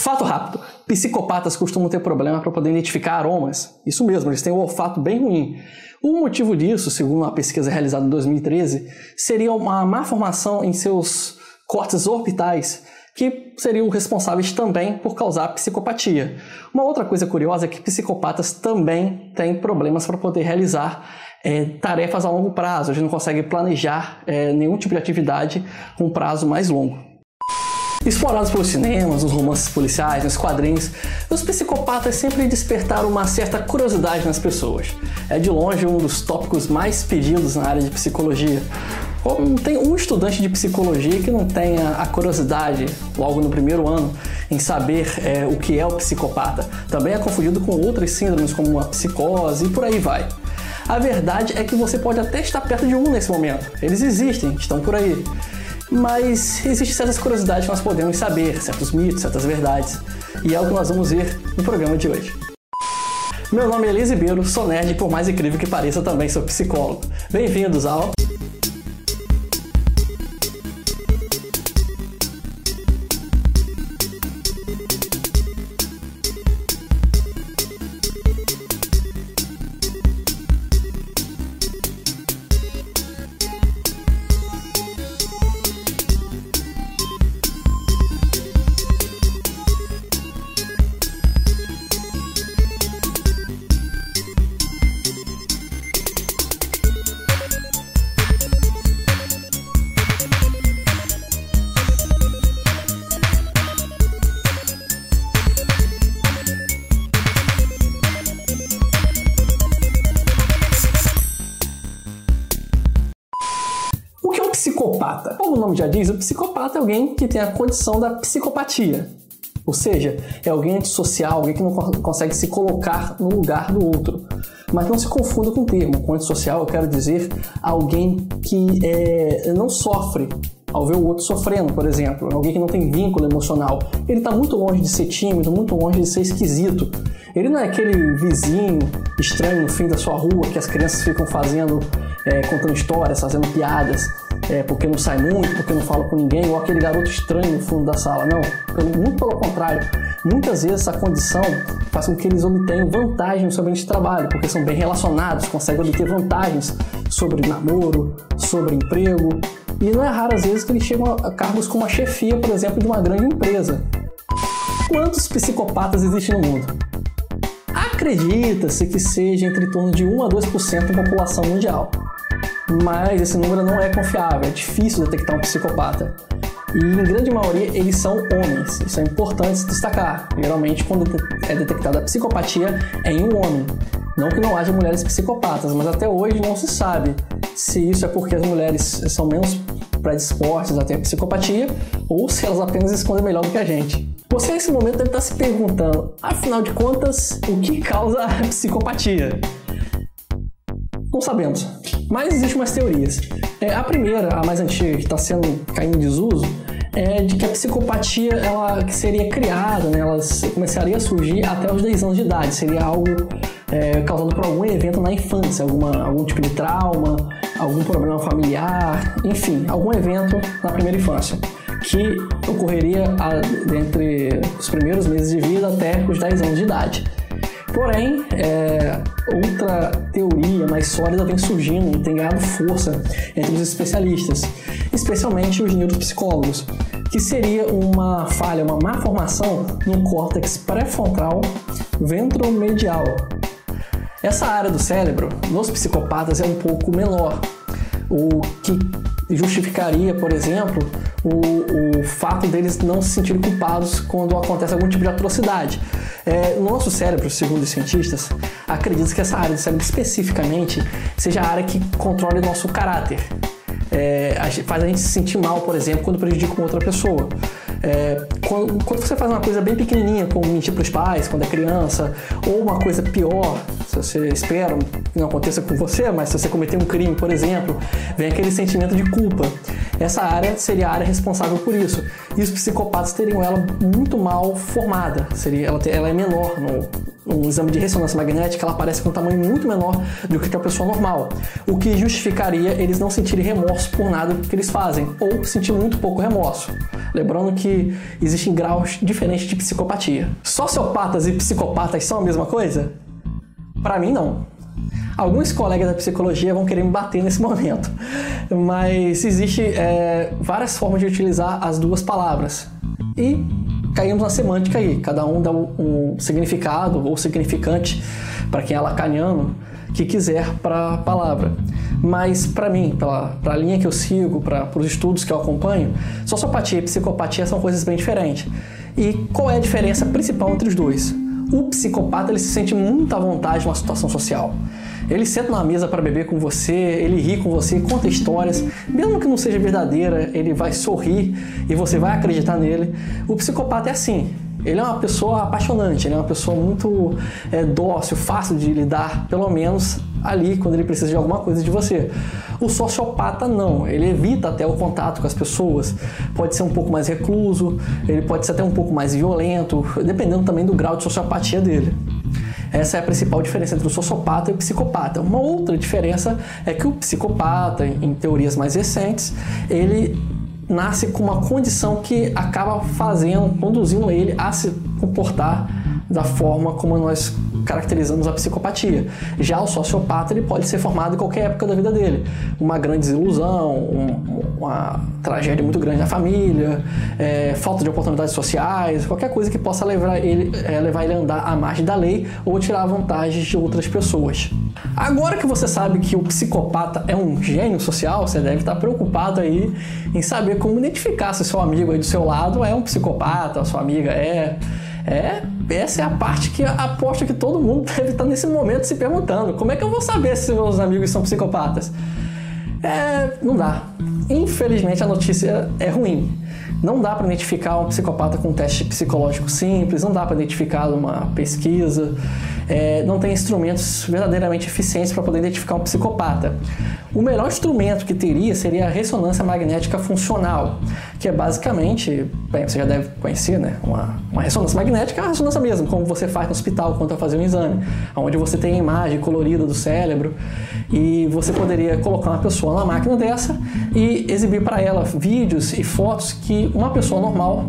Fato rápido, psicopatas costumam ter problema para poder identificar aromas. Isso mesmo, eles têm um olfato bem ruim. O motivo disso, segundo uma pesquisa realizada em 2013, seria uma má formação em seus córtex orbitais, que seriam responsáveis também por causar psicopatia. Uma outra coisa curiosa é que psicopatas também têm problemas para poder realizar tarefas a longo prazo. A gente não consegue planejar nenhum tipo de atividade com um prazo mais longo. Explorados pelos cinemas, nos romances policiais, nos quadrinhos, os psicopatas sempre despertaram uma certa curiosidade nas pessoas. É de longe um dos tópicos mais pedidos na área de psicologia. Não tem um estudante de psicologia que não tenha a curiosidade, logo no primeiro ano, em saber o que é o psicopata. Também é confundido com outras síndromes, como a psicose e por aí vai. A verdade é que você pode até estar perto de um nesse momento. Eles existem, estão por aí. Mas existem certas curiosidades que nós podemos saber, certos mitos, certas verdades. E é o que nós vamos ver no programa de hoje. Meu nome é Elias Ribeiro, sou nerd e por mais incrível que pareça, também sou psicólogo. Bem-vindos ao... Psicopata. Como o nome já diz, o psicopata é alguém que tem a condição da psicopatia. Ou seja, é alguém antissocial, alguém que não consegue se colocar no lugar do outro. Mas não se confunda com o termo. Com antissocial eu quero dizer alguém que não sofre ao ver o outro sofrendo, por exemplo. Alguém que não tem vínculo emocional. Ele está muito longe de ser tímido, muito longe de ser esquisito. Ele não é aquele vizinho estranho no fim da sua rua que as crianças ficam contando histórias, fazendo piadas, porque não sai muito, porque não fala com ninguém, ou aquele garoto estranho no fundo da sala. Não, muito pelo contrário. Muitas vezes essa condição faz com que eles obtenham vantagens no seu ambiente de trabalho, porque são bem relacionados, conseguem obter vantagens sobre namoro, sobre emprego. E não é raro às vezes que eles chegam a cargos como a chefia, por exemplo, de uma grande empresa. Quantos psicopatas existem no mundo? Acredita-se que seja entre torno de 1 a 2% da população mundial. Mas esse número não é confiável, é difícil detectar um psicopata. E em grande maioria eles são homens, isso é importante se destacar. Geralmente quando é detectada a psicopatia é em um homem. Não que não haja mulheres psicopatas, mas até hoje não se sabe se isso é porque as mulheres são menos predispostas a ter a psicopatia ou se elas apenas escondem melhor do que a gente. Você nesse momento deve estar se perguntando, afinal de contas, o que causa a psicopatia? Não sabemos, mas existem umas teorias. A primeira, a mais antiga, que está caindo em desuso, é de que a psicopatia ela seria criada, né? Ela começaria a surgir até os 10 anos de idade. Seria algo causado por algum evento na infância, algum tipo de trauma, algum problema familiar, enfim, algum evento na primeira infância, que ocorreria entre os primeiros meses de vida até os 10 anos de idade. Porém, outra teoria mais sólida vem surgindo e tem ganhado força entre os especialistas, especialmente os neuropsicólogos, que seria uma falha, uma má formação no córtex pré-frontal ventromedial. Essa área do cérebro, nos psicopatas, é um pouco menor, o que justificaria, por exemplo, o fato deles não se sentirem culpados quando acontece algum tipo de atrocidade. No nosso cérebro, segundo os cientistas, acredita-se que essa área do cérebro especificamente seja a área que controla o nosso caráter. Faz a gente se sentir mal, por exemplo, quando prejudica uma outra pessoa. Quando você faz uma coisa bem pequenininha, como mentir para os pais quando é criança, ou uma coisa pior, se você espera que não aconteça com você, mas se você cometer um crime, por exemplo, vem aquele sentimento de culpa. essa área seria a área responsável por isso. E os psicopatas teriam ela muito mal formada. Ela é menor no exame de ressonância magnética, ela aparece com um tamanho muito menor do que a pessoa normal, o que justificaria eles não sentirem remorso por nada que eles fazem, ou sentir muito pouco remorso. Lembrando que existem graus diferentes de psicopatia. Sociopatas e psicopatas são a mesma coisa? Para mim, não. Alguns colegas da psicologia vão querer me bater nesse momento, mas existe várias formas de utilizar as duas palavras. E caímos na semântica aí, cada um dá um significado ou significante, para quem é lacaniano, que quiser para a palavra. Mas para mim, para a linha que eu sigo, para os estudos que eu acompanho, sociopatia e psicopatia são coisas bem diferentes. E qual é a diferença principal entre os dois? O psicopata ele se sente muito à vontade numa situação social. Ele senta na mesa para beber com você, ele ri com você, conta histórias, mesmo que não seja verdadeira, ele vai sorrir e você vai acreditar nele. O psicopata é assim. Ele é uma pessoa apaixonante, ele é uma pessoa muito dócil, fácil de lidar, pelo menos ali quando ele precisa de alguma coisa de você. O sociopata não, ele evita até o contato com as pessoas, pode ser um pouco mais recluso, ele pode ser até um pouco mais violento, dependendo também do grau de sociopatia dele. Essa é a principal diferença entre o sociopata e o psicopata. Uma outra diferença é que o psicopata, em teorias mais recentes, ele nasce com uma condição que acaba conduzindo ele a se comportar da forma como nós caracterizamos a psicopatia. Já o sociopata ele pode ser formado em qualquer época da vida dele. Uma grande desilusão, uma tragédia muito grande na família, falta de oportunidades sociais, qualquer coisa que possa levar ele a andar à margem da lei ou tirar vantagens de outras pessoas. Agora que você sabe que o psicopata é um gênio social, você deve estar preocupado aí em saber como identificar se seu amigo aí do seu lado é um psicopata, a sua amiga essa é a parte que aposto que todo mundo deve estar nesse momento se perguntando: como é que eu vou saber se meus amigos são psicopatas? Não dá. Infelizmente a notícia é ruim. Não dá para identificar um psicopata com um teste psicológico simples, não dá para identificar uma pesquisa, não tem instrumentos verdadeiramente eficientes para poder identificar um psicopata. O melhor instrumento que teria seria a ressonância magnética funcional, que é basicamente, você já deve conhecer, né? Uma ressonância magnética é uma ressonância mesmo, como você faz no hospital quando vai fazer um exame, onde você tem a imagem colorida do cérebro e você poderia colocar uma pessoa na máquina dessa e exibir para ela vídeos e fotos que uma pessoa normal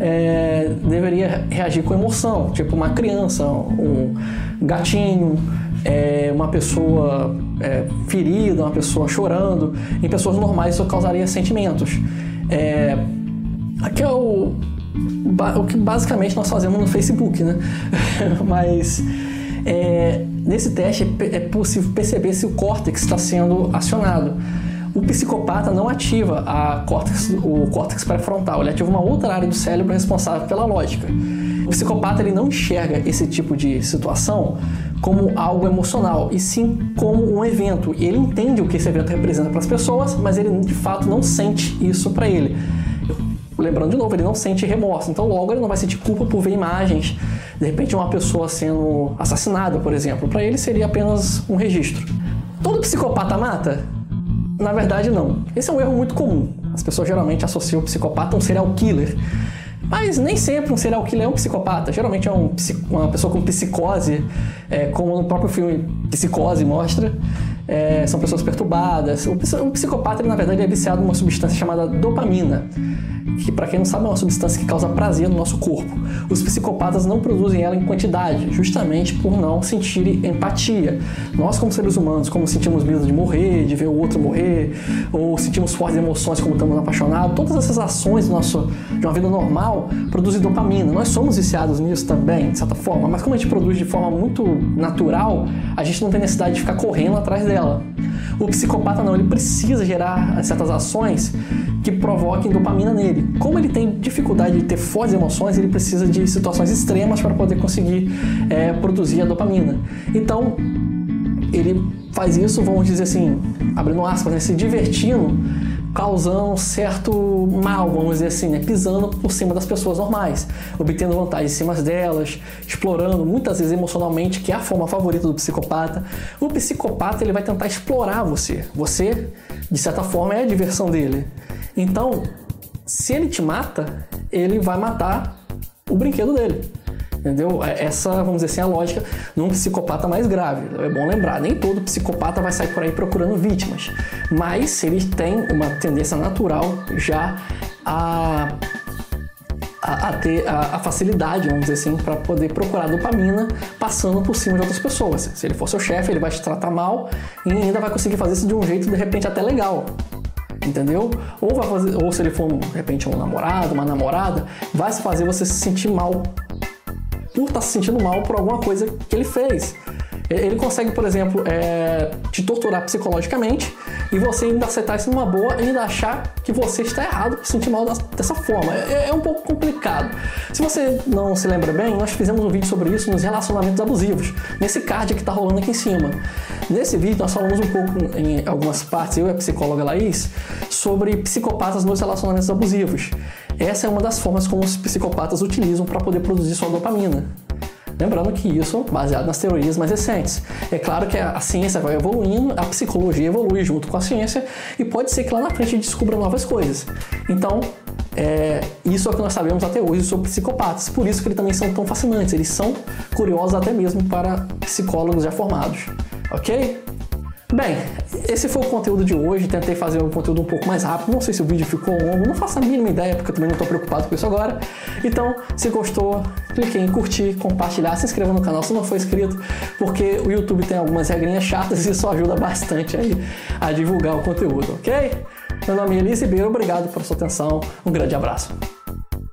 deveria reagir com emoção, tipo uma criança, um gatinho, uma pessoa ferida, uma pessoa chorando. Em pessoas normais isso causaria sentimentos. Aqui é o que basicamente nós fazemos no Facebook, né? Mas nesse teste é possível perceber se o córtex está sendo acionado. O psicopata não ativa o córtex pré-frontal, ele ativa uma outra área do cérebro responsável pela lógica. O psicopata ele não enxerga esse tipo de situação como algo emocional, e sim como um evento. Ele entende o que esse evento representa para as pessoas, mas ele de fato não sente isso para ele. Lembrando de novo, ele não sente remorso, então logo ele não vai sentir culpa por ver imagens, de repente, de uma pessoa sendo assassinada, por exemplo. Para ele seria apenas um registro. Todo psicopata mata? Na verdade, não. Esse é um erro muito comum. As pessoas geralmente associam o psicopata a um serial killer. Mas nem sempre um serial killer é um psicopata. Geralmente é uma pessoa com psicose, como no próprio filme Psicose mostra. São pessoas perturbadas. O psicopata, ele, na verdade, é viciado numa substância chamada dopamina, que, para quem não sabe, é uma substância que causa prazer no nosso corpo. Os psicopatas não produzem ela em quantidade, justamente por não sentirem empatia. Nós, como seres humanos, como sentimos medo de morrer, de ver o outro morrer, ou sentimos fortes emoções como estamos apaixonados, todas essas ações de uma vida normal produzem dopamina. Nós somos viciados nisso também, de certa forma, mas como a gente produz de forma muito natural, a gente não tem necessidade de ficar correndo atrás dela. O psicopata não, ele precisa gerar certas ações que provoquem dopamina nele. Como ele tem dificuldade de ter fortes emoções, ele precisa de situações extremas para poder conseguir produzir a dopamina. Então, ele faz isso, vamos dizer assim, abrindo aspas, né, se divertindo, causando um certo mal, vamos dizer assim, né, pisando por cima das pessoas normais, obtendo vantagem em cima delas, explorando muitas vezes emocionalmente, que é a forma favorita do psicopata. O psicopata ele vai tentar explorar você. Você, de certa forma, é a diversão dele. Então, se ele te mata, ele vai matar o brinquedo dele. Entendeu? Essa, vamos dizer assim, é a lógica num psicopata mais grave. É bom lembrar, nem todo psicopata vai sair por aí procurando vítimas, mas eles têm uma tendência natural já a ter a facilidade, vamos dizer assim, para poder procurar dopamina passando por cima de outras pessoas. Se ele for seu chefe, ele vai te tratar mal e ainda vai conseguir fazer isso de um jeito, de repente, até legal. Entendeu? Ou se ele for, de repente, um namorado, uma namorada, vai fazer você se sentir mal por estar se sentindo mal por alguma coisa que ele fez. Ele consegue, por exemplo, te torturar psicologicamente e você ainda aceitar isso numa boa e ainda achar que você está errado por se sentir mal dessa forma. É um pouco complicado. Se você não se lembra bem, nós fizemos um vídeo sobre isso nos relacionamentos abusivos, nesse card que está rolando aqui em cima. Nesse vídeo nós falamos um pouco, em algumas partes, eu e a psicóloga Laís, sobre psicopatas nos relacionamentos abusivos. Essa é uma das formas como os psicopatas utilizam para poder produzir sua dopamina. Lembrando que isso é baseado nas teorias mais recentes. É claro que a ciência vai evoluindo, a psicologia evolui junto com a ciência e pode ser que lá na frente a gente descubra novas coisas. Então, isso é o que nós sabemos até hoje sobre psicopatas. Por isso que eles também são tão fascinantes. Eles são curiosos até mesmo para psicólogos já formados. Ok? Bem, esse foi o conteúdo de hoje. Tentei fazer um conteúdo um pouco mais rápido. Não sei se o vídeo ficou longo, não faço a mínima ideia, porque eu também não estou preocupado com isso agora. Então, se gostou, clique em curtir, compartilhar, se inscreva no canal se não for inscrito, porque o YouTube tem algumas regrinhas chatas e isso ajuda bastante aí a divulgar o conteúdo, ok? Meu nome é Elias Ribeiro, obrigado pela sua atenção, um grande abraço.